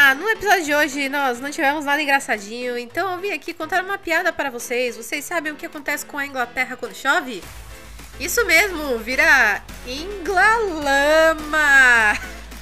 No episódio de hoje nós não tivemos nada engraçadinho, então eu vim aqui contar uma piada para vocês. Vocês sabem o que acontece com a Inglaterra quando chove? Isso mesmo, vira Inglalama!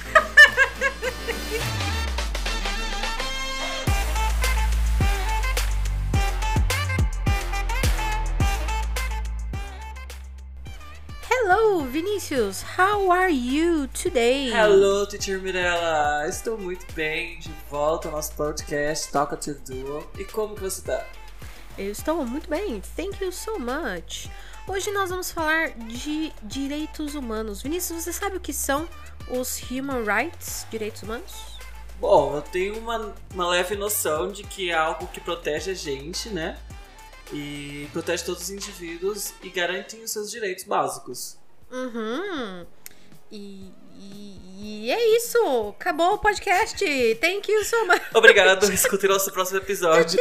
Hello, Vinícius. How are you today? Hello, Teacher Mirella. Estou muito bem, de volta ao nosso podcast Talkative Duo. E como que você tá? Eu estou muito bem, thank you so much. Hoje nós vamos falar de direitos humanos. Vinícius, você sabe o que são os Human Rights, direitos humanos? Bom, eu tenho uma leve noção de que é algo que protege a gente, né? E protege todos os indivíduos e garante os seus direitos básicos. E é isso. Acabou o podcast. Thank you so much. Obrigado. Escute nosso próximo episódio.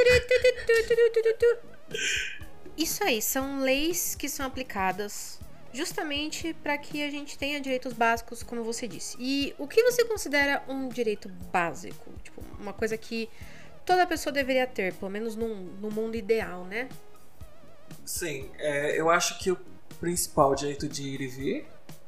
Isso aí, são leis que são aplicadas justamente para que a gente tenha direitos básicos, como você disse. E o que você considera um direito básico? Tipo, uma coisa que toda pessoa deveria ter, pelo menos no mundo ideal, né? Sim, eu acho que o principal direito de ir e vir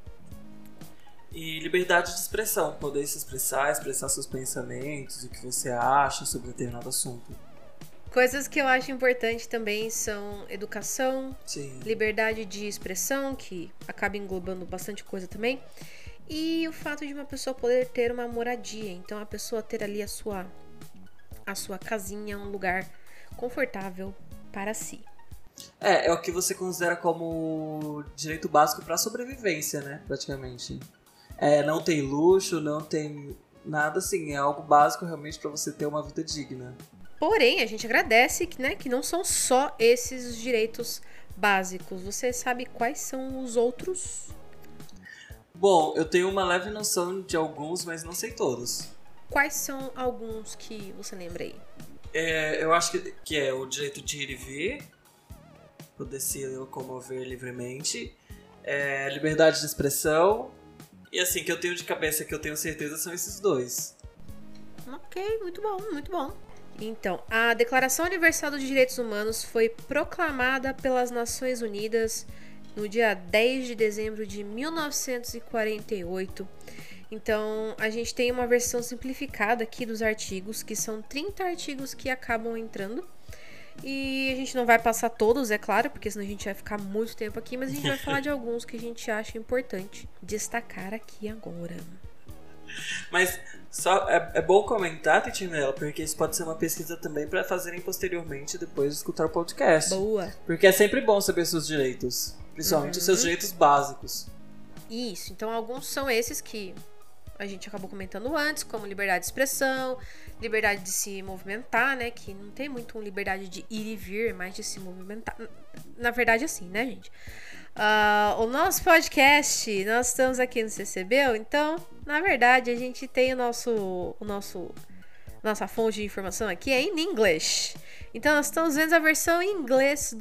e liberdade de expressão, poder se expressar seus pensamentos, o que você acha sobre determinado assunto. Coisas que eu acho importante também são educação, Sim. Liberdade de expressão, que acaba englobando bastante coisa também, e o fato de uma pessoa poder ter uma moradia, então a pessoa ter ali a sua casinha, um lugar confortável para si. É o que você considera como direito básico para sobrevivência, né, praticamente. Não tem luxo, não tem nada assim, é algo básico realmente para você ter uma vida digna. Porém, a gente agradece que não são só esses os direitos básicos. Você sabe quais são os outros? Bom, eu tenho uma leve noção de alguns, mas não sei todos. Quais são alguns que você lembra aí? Eu acho que é o direito de ir e vir, poder se locomover livremente, liberdade de expressão, e assim, que eu tenho de cabeça, que eu tenho certeza, são esses dois. Ok, muito bom, muito bom. Então, a Declaração Universal dos Direitos Humanos foi proclamada pelas Nações Unidas no dia 10 de dezembro de 1948. Então, a gente tem uma versão simplificada aqui dos artigos, que são 30 artigos que acabam entrando. E a gente não vai passar todos, é claro, porque senão a gente vai ficar muito tempo aqui, mas a gente vai falar de alguns que a gente acha importante destacar aqui agora. Mas só é bom comentar, Titinela, porque isso pode ser uma pesquisa também para fazerem posteriormente, depois de escutar o podcast. Boa! Porque é sempre bom saber seus direitos, principalmente os seus direitos básicos. Isso, então alguns são esses que a gente acabou comentando antes, como liberdade de expressão, liberdade de se movimentar, né? Que não tem muito liberdade de ir e vir, mas de se movimentar. Na verdade, assim, né, gente? O nosso podcast, nós estamos aqui no CCBio, então, na verdade, a gente tem nossa fonte de informação aqui é em inglês. Então, nós estamos vendo a versão em inglês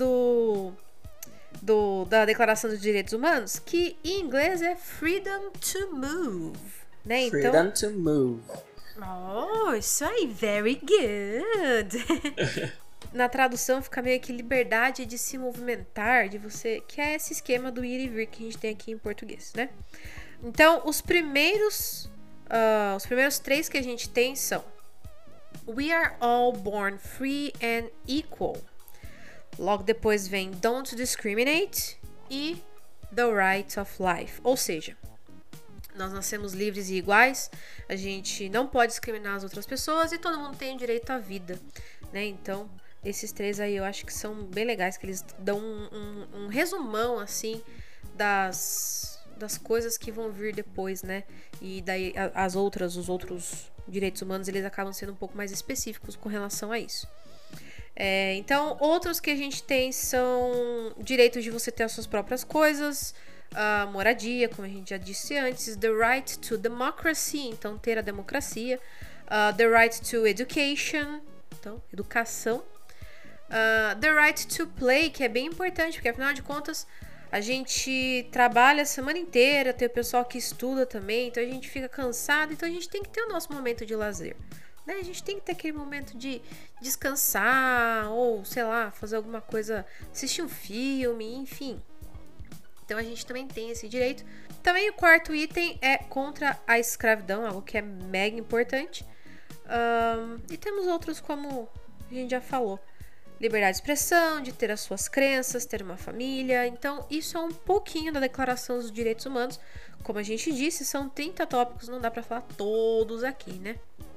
da Declaração dos Direitos Humanos, que em inglês é Freedom to Move, né? Freedom to Move. Oh, isso aí, very good. Na tradução fica meio que liberdade de se movimentar, de você, que é esse esquema do ir e vir que a gente tem aqui em português, né? Então, os primeiros 3 que a gente tem são: We are all born free and equal. Logo depois vem Don't discriminate e The right of life. Ou seja, nós nascemos livres e iguais, a gente não pode discriminar as outras pessoas e todo mundo tem o direito à vida, né? Então, esses 3 aí eu acho que são bem legais, que eles dão um resumão, assim, das coisas que vão vir depois, né? E daí os outros direitos humanos, eles acabam sendo um pouco mais específicos com relação a isso. Então, outros que a gente tem são direitos de você ter as suas próprias coisas, moradia, como a gente já disse antes, the right to democracy, então ter a democracia, the right to education, então educação, the right to play, que é bem importante, porque afinal de contas a gente trabalha a semana inteira, tem o pessoal que estuda também, então a gente fica cansado, então a gente tem que ter o nosso momento de lazer, né? A gente tem que ter aquele momento de descansar ou, sei lá, fazer alguma coisa, assistir um filme, enfim. Então a gente também tem esse direito. Também o quarto item é contra a escravidão, algo que é mega importante. E temos outros como a gente já falou. Liberdade de expressão, de ter as suas crenças, ter uma família. Então isso é um pouquinho da Declaração dos Direitos Humanos. Como a gente disse, são 30 tópicos, não dá pra falar todos aqui, né?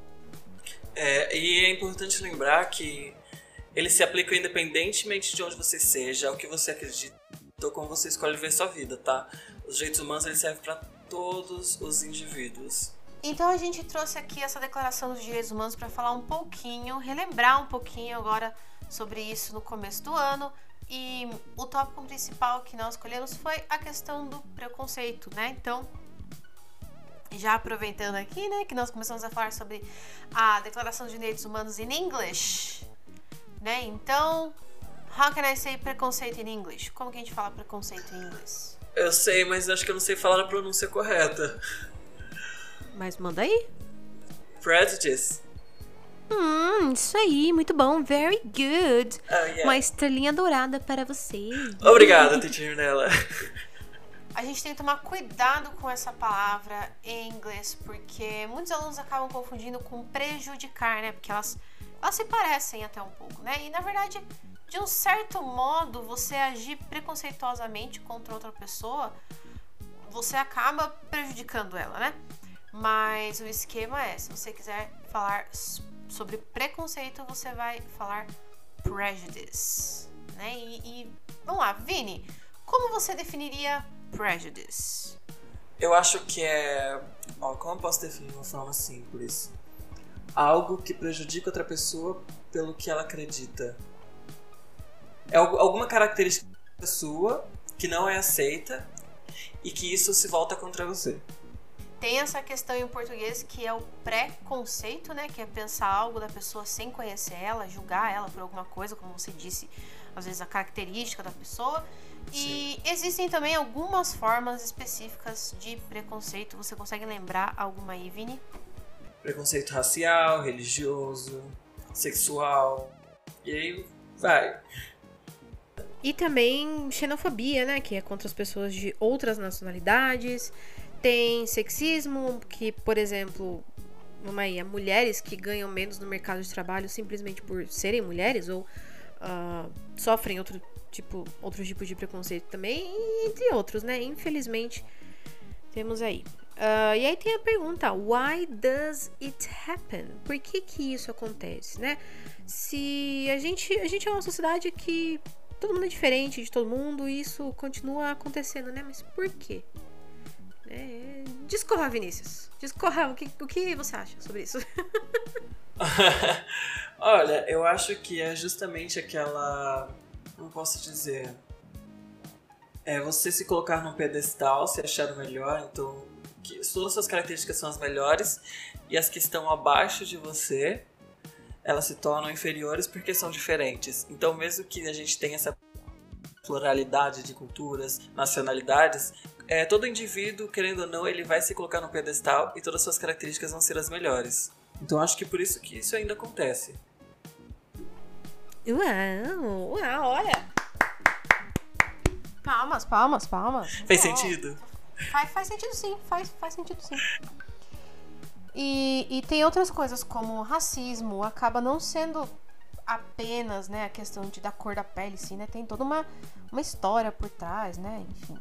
E é importante lembrar que eles se aplicam independentemente de onde você seja, o que você acredita ou como você escolhe viver sua vida, tá? Os direitos humanos eles servem para todos os indivíduos. Então a gente trouxe aqui essa Declaração dos Direitos Humanos para falar um pouquinho, relembrar um pouquinho agora sobre isso no começo do ano. E o tópico principal que nós escolhemos foi a questão do preconceito, né? Então, já aproveitando aqui, né, que nós começamos a falar sobre a Declaração dos Direitos Humanos em inglês, né? Então, how can I say preconceito in English? Como que a gente fala preconceito em inglês? Eu sei, mas acho que eu não sei falar a pronúncia correta. Mas manda aí. Prejudice. Isso aí, muito bom. Very good. Oh, yeah. Uma estrelinha dourada para você. Obrigado, Teacher Nela. A gente tem que tomar cuidado com essa palavra em inglês, porque muitos alunos acabam confundindo com prejudicar, né? Porque elas se parecem até um pouco, né? E na verdade, de um certo modo, você agir preconceituosamente contra outra pessoa, você acaba prejudicando ela, né? Mas o esquema é, se você quiser falar sobre preconceito, você vai falar prejudice, né? E vamos lá, Vini, como você definiria prejudice? Eu acho que como eu posso definir de uma forma simples? Algo que prejudica outra pessoa pelo que ela acredita. É alguma característica sua que não é aceita e que isso se volta contra você. Tem essa questão em português que é o preconceito, né? Que é pensar algo da pessoa sem conhecer ela, julgar ela por alguma coisa, como você disse, às vezes a característica da pessoa. E existem também algumas formas específicas de preconceito. Você consegue lembrar alguma aí, Vini? Preconceito racial, religioso, sexual. E aí vai. E também xenofobia, né? Que é contra as pessoas de outras nacionalidades. Tem sexismo, que, por exemplo, mulheres que ganham menos no mercado de trabalho simplesmente por serem mulheres ou sofrem outros tipos de preconceito também, entre outros, né? Infelizmente, temos aí. E aí tem a pergunta, why does it happen? Por que isso acontece, né? Se a gente é uma sociedade que todo mundo é diferente de todo mundo e isso continua acontecendo, né? Mas por quê? Discorra, Vinícius. Discorra, o que você acha sobre isso? Olha, eu acho que é justamente aquela... Como posso dizer? É você se colocar num pedestal, se achar o melhor, então que todas as suas características são as melhores e as que estão abaixo de você, elas se tornam inferiores porque são diferentes. Então mesmo que a gente tenha essa pluralidade de culturas, nacionalidades, todo indivíduo, querendo ou não, ele vai se colocar no pedestal e todas as suas características vão ser as melhores. Então acho que por isso que isso ainda acontece. Uau, olha! Palmas. Fez sentido? Faz sentido sim, faz sentido sim. E tem outras coisas como racismo, acaba não sendo apenas, né, a questão da cor da pele, sim, né? Tem toda uma história por trás, né? Enfim.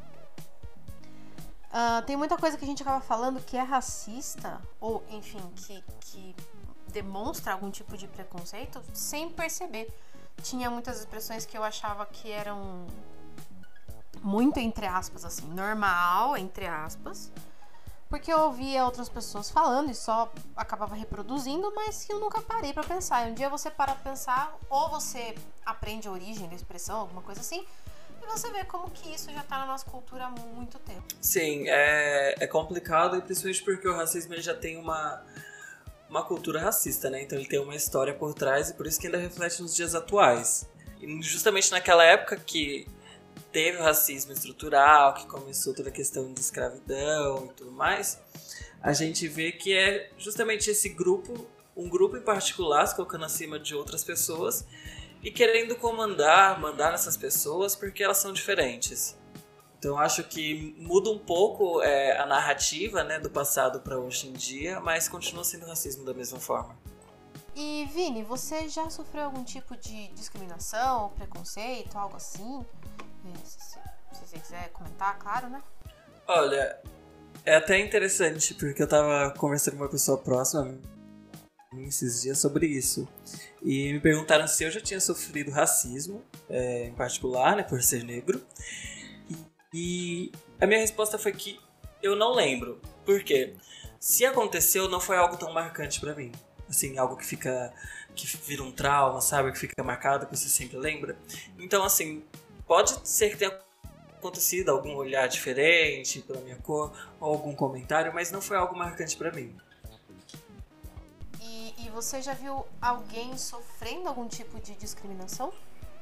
Tem muita coisa que a gente acaba falando que é racista, ou, enfim, que demonstra algum tipo de preconceito sem perceber. Tinha muitas expressões que eu achava que eram muito, entre aspas, assim, normal, entre aspas, porque eu ouvia outras pessoas falando e só acabava reproduzindo, mas que eu nunca parei pra pensar. E um dia você para pra pensar, ou você aprende a origem da expressão, alguma coisa assim, e você vê como que isso já tá na nossa cultura há muito tempo. Sim, é complicado, e principalmente porque o racismo ele já tem uma cultura racista, né? Então ele tem uma história por trás e por isso que ainda reflete nos dias atuais. E justamente naquela época que teve o racismo estrutural, que começou toda a questão de escravidão e tudo mais, a gente vê que é justamente esse grupo um grupo em particular se colocando acima de outras pessoas e querendo mandar nessas pessoas porque elas são diferentes. Então acho que muda um pouco a narrativa, né, do passado para hoje em dia, mas continua sendo racismo da mesma forma. E Vini, você já sofreu algum tipo de discriminação, preconceito, algo assim? Se você quiser comentar, claro, né? Olha, é até interessante, porque eu tava conversando com uma pessoa próxima a mim esses dias sobre isso. E me perguntaram se eu já tinha sofrido racismo, em particular, né, por ser negro. E a minha resposta foi que eu não lembro. Por quê? Se aconteceu, não foi algo tão marcante pra mim. Assim, algo que vira um trauma, sabe? Que fica marcado, que você sempre lembra. Então, assim, pode ser que tenha acontecido algum olhar diferente pela minha cor, ou algum comentário, mas não foi algo marcante pra mim. E você já viu alguém sofrendo algum tipo de discriminação?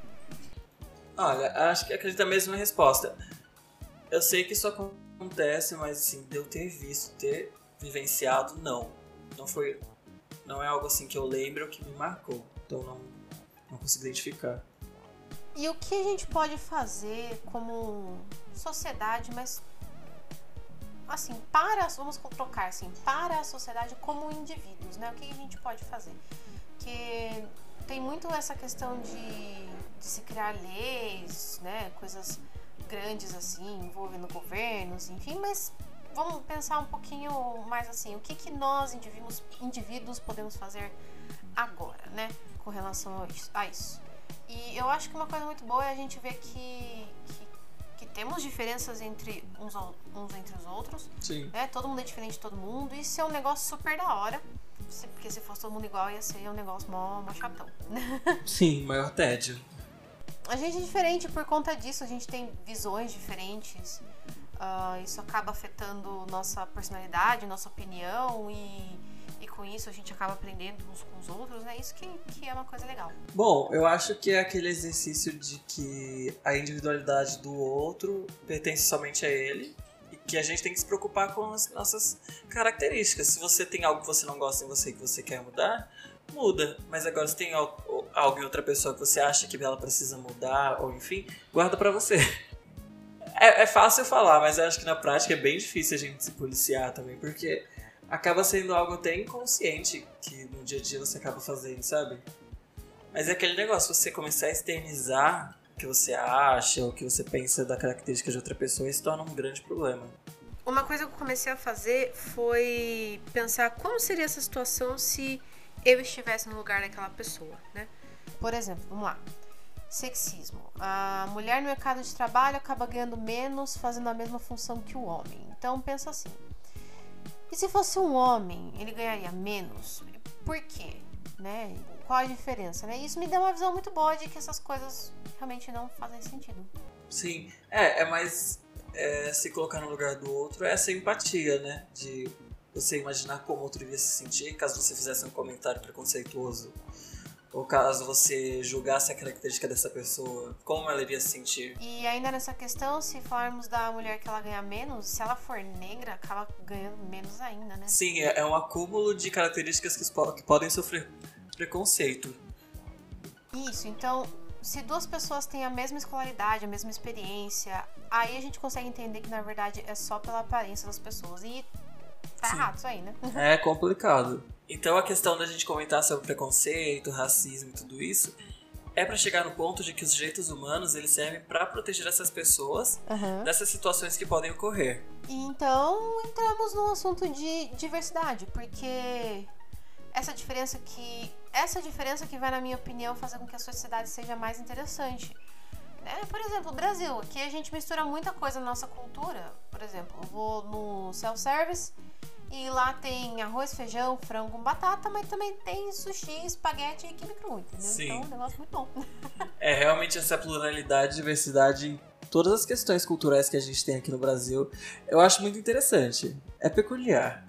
Olha, acho que acredito a mesma resposta. Eu sei que isso acontece, mas assim, de eu ter visto, ter vivenciado, não. Não é algo assim que eu lembro que me marcou. Então não consigo identificar. E o que a gente pode fazer como sociedade, mas assim, vamos trocar assim, para a sociedade como indivíduos, né? O que a gente pode fazer? Porque tem muito essa questão de se criar leis, né? Coisas grandes assim, envolvendo governos, enfim, mas vamos pensar um pouquinho mais assim, o que nós indivíduos podemos fazer agora, né? Com relação a isso. E eu acho que uma coisa muito boa é a gente ver que temos diferenças entre uns entre os outros. Sim. Né? Todo mundo é diferente de todo mundo. Isso é um negócio super da hora. Porque se fosse todo mundo igual, ia ser um negócio mó chatão. Sim, maior tédio. A gente é diferente por conta disso. A gente tem visões diferentes. Isso acaba afetando nossa personalidade, nossa opinião. E com isso a gente acaba aprendendo uns com os outros, né? Isso que é uma coisa legal. Bom, eu acho que é aquele exercício de que a individualidade do outro pertence somente a ele e que a gente tem que se preocupar com as nossas características. Se você tem algo que você não gosta em você e que você quer mudar, muda. Mas agora se tem algo em outra pessoa que você acha que ela precisa mudar, ou enfim, guarda pra você. É fácil falar, mas eu acho que na prática é bem difícil a gente se policiar também, porque acaba sendo algo até inconsciente que no dia a dia você acaba fazendo, sabe? Mas é aquele negócio, você começar a externizar o que você acha ou o que você pensa da característica de outra pessoa, isso torna um grande problema. Uma coisa que eu comecei a fazer foi pensar como seria essa situação se eu estivesse no lugar daquela pessoa, né? Por exemplo, vamos lá. Sexismo. A mulher no mercado de trabalho acaba ganhando menos fazendo a mesma função que o homem. Então pensa assim. E se fosse um homem, ele ganharia menos? Por quê? Né? Qual a diferença? Né? Isso me deu uma visão muito boa de que essas coisas realmente não fazem sentido. Sim, é mais se colocar no lugar do outro, é essa empatia, né? De você imaginar como o outro iria se sentir caso você fizesse um comentário preconceituoso. Ou caso você julgasse a característica dessa pessoa, como ela iria se sentir. E ainda nessa questão, se falarmos da mulher que ela ganha menos, se ela for negra, acaba ganhando menos ainda, né? Sim, é um acúmulo de características que podem sofrer preconceito. Isso, então, se duas pessoas têm a mesma escolaridade, a mesma experiência, aí a gente consegue entender que, na verdade, é só pela aparência das pessoas. E tá Sim. errado isso aí, né? É complicado. Então a questão da gente comentar sobre preconceito, racismo e tudo isso é pra chegar no ponto de que os direitos humanos eles servem pra proteger essas pessoas dessas situações que podem ocorrer. E então entramos no assunto de diversidade, porque essa diferença que vai, na minha opinião, fazer com que a sociedade seja mais interessante. Né? Por exemplo, o Brasil, aqui a gente mistura muita coisa na nossa cultura. Por exemplo, eu vou no self-service e lá tem arroz, feijão, frango com batata, mas também tem sushi, espaguete e quibe cru, entendeu? Sim. Então é um negócio muito bom. É realmente essa pluralidade, diversidade em todas as questões culturais que a gente tem aqui no Brasil, eu acho muito interessante. É peculiar.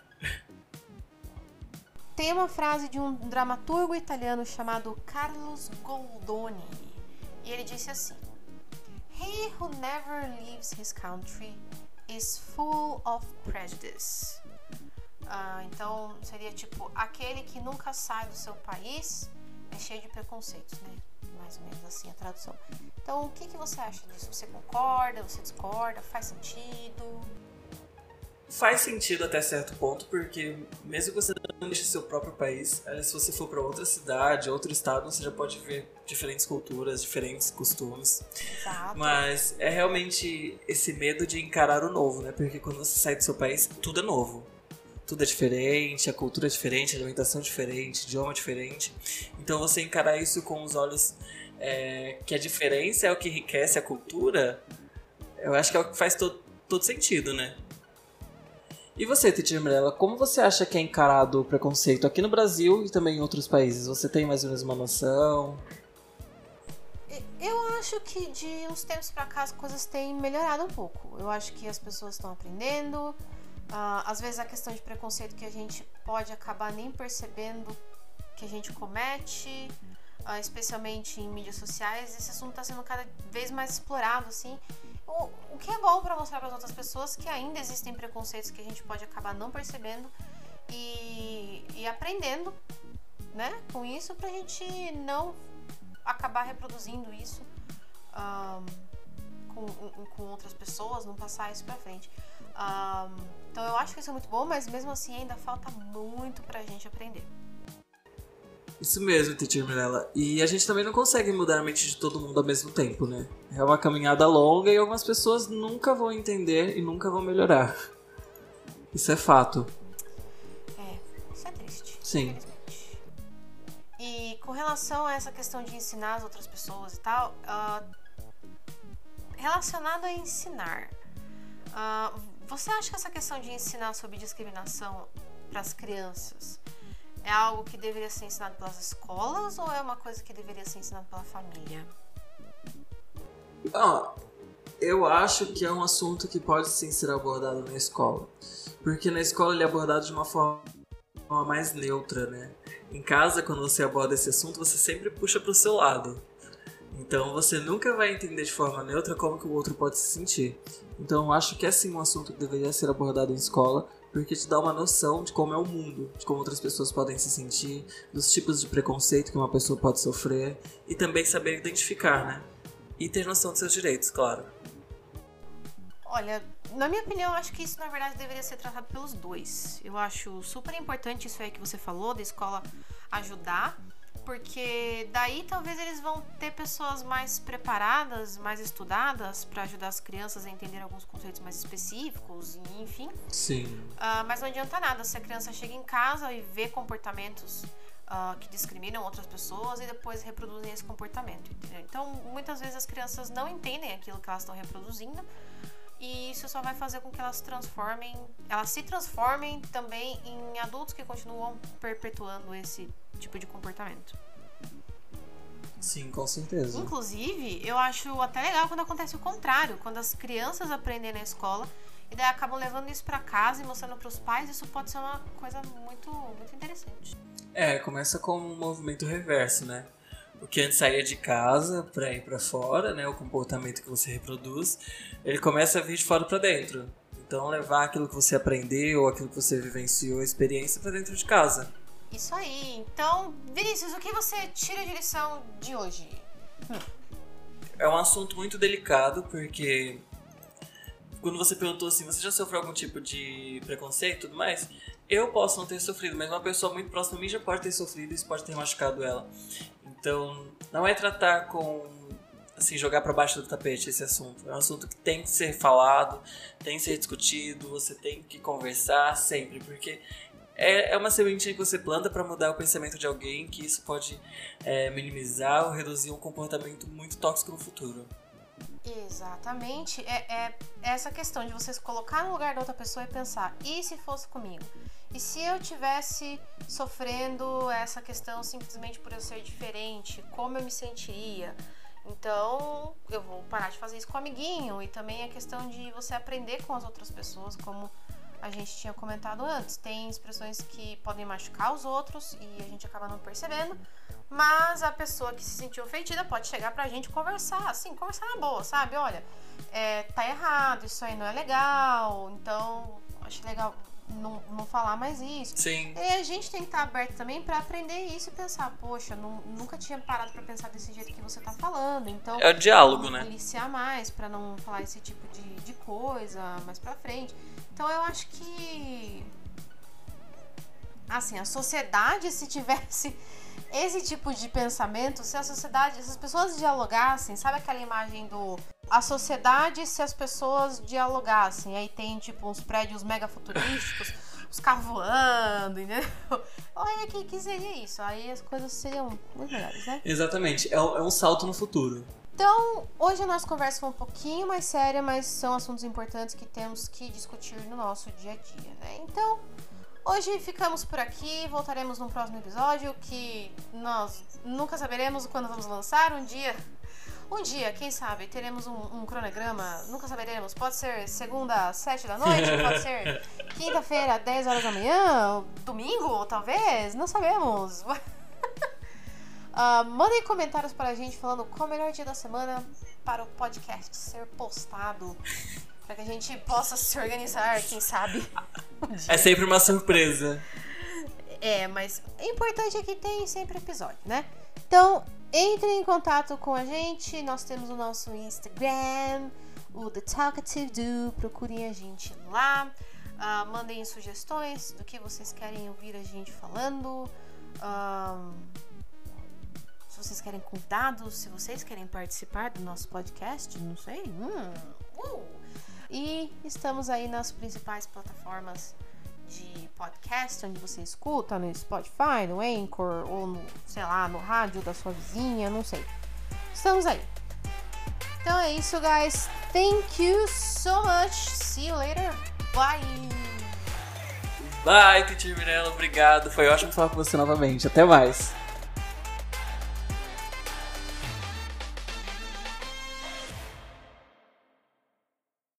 Tem uma frase de um dramaturgo italiano chamado Carlos Goldoni. E ele disse assim: "He who never leaves his country is full of prejudice." Então seria tipo, aquele que nunca sai do seu país é cheio de preconceitos, né? Mais ou menos assim a tradução. Então, o que você acha disso? Você concorda? Você discorda? Faz sentido? Faz sentido até certo ponto, porque mesmo que você não deixe seu próprio país, se você for para outra cidade, outro estado, você já pode ver diferentes culturas, diferentes costumes. Exato. Mas é realmente esse medo de encarar o novo, né? Porque quando você sai do seu país, tudo é novo. Tudo é diferente, a cultura é diferente, a alimentação é diferente, o idioma é diferente. Então você encarar isso com os olhos que a diferença é o que enriquece a cultura, eu acho que é o que faz todo sentido, né? E você, Titi Mirella, como você acha que é encarado o preconceito aqui no Brasil e também em outros países? Você tem mais ou menos uma noção? Eu acho que de uns tempos pra cá as coisas têm melhorado um pouco. Eu acho que as pessoas estão aprendendo. Às vezes a questão de preconceito que a gente pode acabar nem percebendo que a gente comete, especialmente em mídias sociais, esse assunto está sendo cada vez mais explorado, assim. O que é bom para mostrar para as outras pessoas que ainda existem preconceitos que a gente pode acabar não percebendo e aprendendo, né, com isso, pra gente não acabar reproduzindo isso com outras pessoas, não passar isso pra frente. Então eu acho que isso é muito bom, mas mesmo assim ainda falta muito pra gente aprender. Isso mesmo, Titi Mirella. E a gente também não consegue mudar a mente de todo mundo ao mesmo tempo, né? É uma caminhada longa e algumas pessoas nunca vão entender e nunca vão melhorar. Isso é fato. Isso é triste. Sim. Infelizmente. E com relação a essa questão de ensinar as outras pessoas e tal, relacionado a ensinar, você acha que essa questão de ensinar sobre discriminação para as crianças é algo que deveria ser ensinado pelas escolas ou é uma coisa que deveria ser ensinada pela família? Eu acho que é um assunto que pode sim ser abordado na escola. Porque na escola ele é abordado de uma forma mais neutra, né? Em casa, quando você aborda esse assunto, você sempre puxa pro seu lado. Então você nunca vai entender de forma neutra como que o outro pode se sentir. Então eu acho que é sim um assunto que deveria ser abordado em escola, porque te dá uma noção de como é o mundo, de como outras pessoas podem se sentir, dos tipos de preconceito que uma pessoa pode sofrer, e também saber identificar, né? E ter noção dos seus direitos, claro. Olha, na minha opinião, eu acho que isso na verdade deveria ser tratado pelos dois. Eu acho super importante isso aí que você falou, da escola ajudar, porque daí talvez eles vão ter pessoas mais preparadas, mais estudadas para ajudar as crianças a entender alguns conceitos mais específicos, enfim. Sim. Mas não adianta nada se a criança chega em casa e vê comportamentos que discriminam outras pessoas e depois reproduzem esse comportamento, entendeu? Então, muitas vezes as crianças não entendem aquilo que elas estão reproduzindo e isso só vai fazer com que elas se transformem também em adultos que continuam perpetuando esse tipo de comportamento. Sim, com certeza. Inclusive, eu acho até legal quando acontece o contrário, quando as crianças aprendem na escola e daí acabam levando isso pra casa e mostrando pros pais, isso pode ser uma coisa muito, muito interessante. Começa com um movimento reverso, né? O que antes saía de casa pra ir pra fora, né? O comportamento que você reproduz, ele começa a vir de fora pra dentro. Então levar aquilo que você aprendeu, aquilo que você vivenciou, a experiência pra dentro de casa. Isso aí. Então, Vinícius, o que você tira de lição de hoje? É um assunto muito delicado, porque quando você perguntou assim, você já sofreu algum tipo de preconceito e tudo mais? Eu posso não ter sofrido, mas uma pessoa muito próxima a mim já pode ter sofrido e isso pode ter machucado ela. Então, não é tratar com, assim, jogar pra baixo do tapete esse assunto. É um assunto que tem que ser falado, tem que ser discutido, você tem que conversar sempre, porque é uma sementinha que você planta para mudar o pensamento de alguém, que isso pode minimizar ou reduzir um comportamento muito tóxico no futuro. Exatamente. É essa questão de você se colocar no lugar da outra pessoa e pensar, e se fosse comigo? E se eu tivesse sofrendo essa questão simplesmente por eu ser diferente, como eu me sentiria? Então, eu vou parar de fazer isso com o amiguinho. E também a questão de você aprender com as outras pessoas, como a gente tinha comentado antes. Tem expressões que podem machucar os outros e a gente acaba não percebendo. Mas a pessoa que se sentiu ofendida pode chegar pra gente e conversar, assim, conversar na boa, sabe? Olha, tá errado, isso aí não é legal. Então, acho legal não falar mais isso. Sim. E a gente tem que estar aberto também pra aprender isso e pensar, poxa, nunca tinha parado pra pensar desse jeito que você tá falando. Então, é o diálogo, né? Policiar mais pra não falar esse tipo de coisa mais pra frente. Então eu acho que, assim, a sociedade, se tivesse esse tipo de pensamento, se as pessoas dialogassem, sabe aquela imagem do a sociedade se as pessoas dialogassem, aí tem tipo uns prédios mega futurísticos, os carros voando, entendeu? Olha que seria isso, aí as coisas seriam muito melhores, né? Exatamente, é um salto no futuro. Então, hoje a nossa conversa foi um pouquinho mais séria, mas são assuntos importantes que temos que discutir no nosso dia a dia, né? Então, hoje ficamos por aqui, voltaremos num próximo episódio que nós nunca saberemos quando vamos lançar. Um dia, quem sabe, teremos um cronograma, nunca saberemos. Pode ser segunda às 7 da noite, pode ser quinta-feira às 10 horas da manhã, domingo, talvez, não sabemos. Mandem comentários para a gente falando qual o melhor dia da semana para o podcast ser postado, para que a gente possa se organizar, quem sabe. É sempre uma surpresa. Mas o importante é que tem sempre episódio, né? Então, entrem em contato com a gente. Nós temos o nosso Instagram, o The Talkative Do. Procurem a gente lá. Mandem sugestões do que vocês querem ouvir a gente falando. Se vocês querem convidados, se vocês querem participar do nosso podcast, não sei. E estamos aí nas principais plataformas de podcast, onde você escuta, no Spotify, no Anchor, ou no, sei lá, no rádio da sua vizinha, não sei. Estamos aí. Então é isso, guys. Thank you so much. See you later. Bye. Bye, Teacher Mirella. Obrigado. Foi ótimo falar com você novamente. Até mais.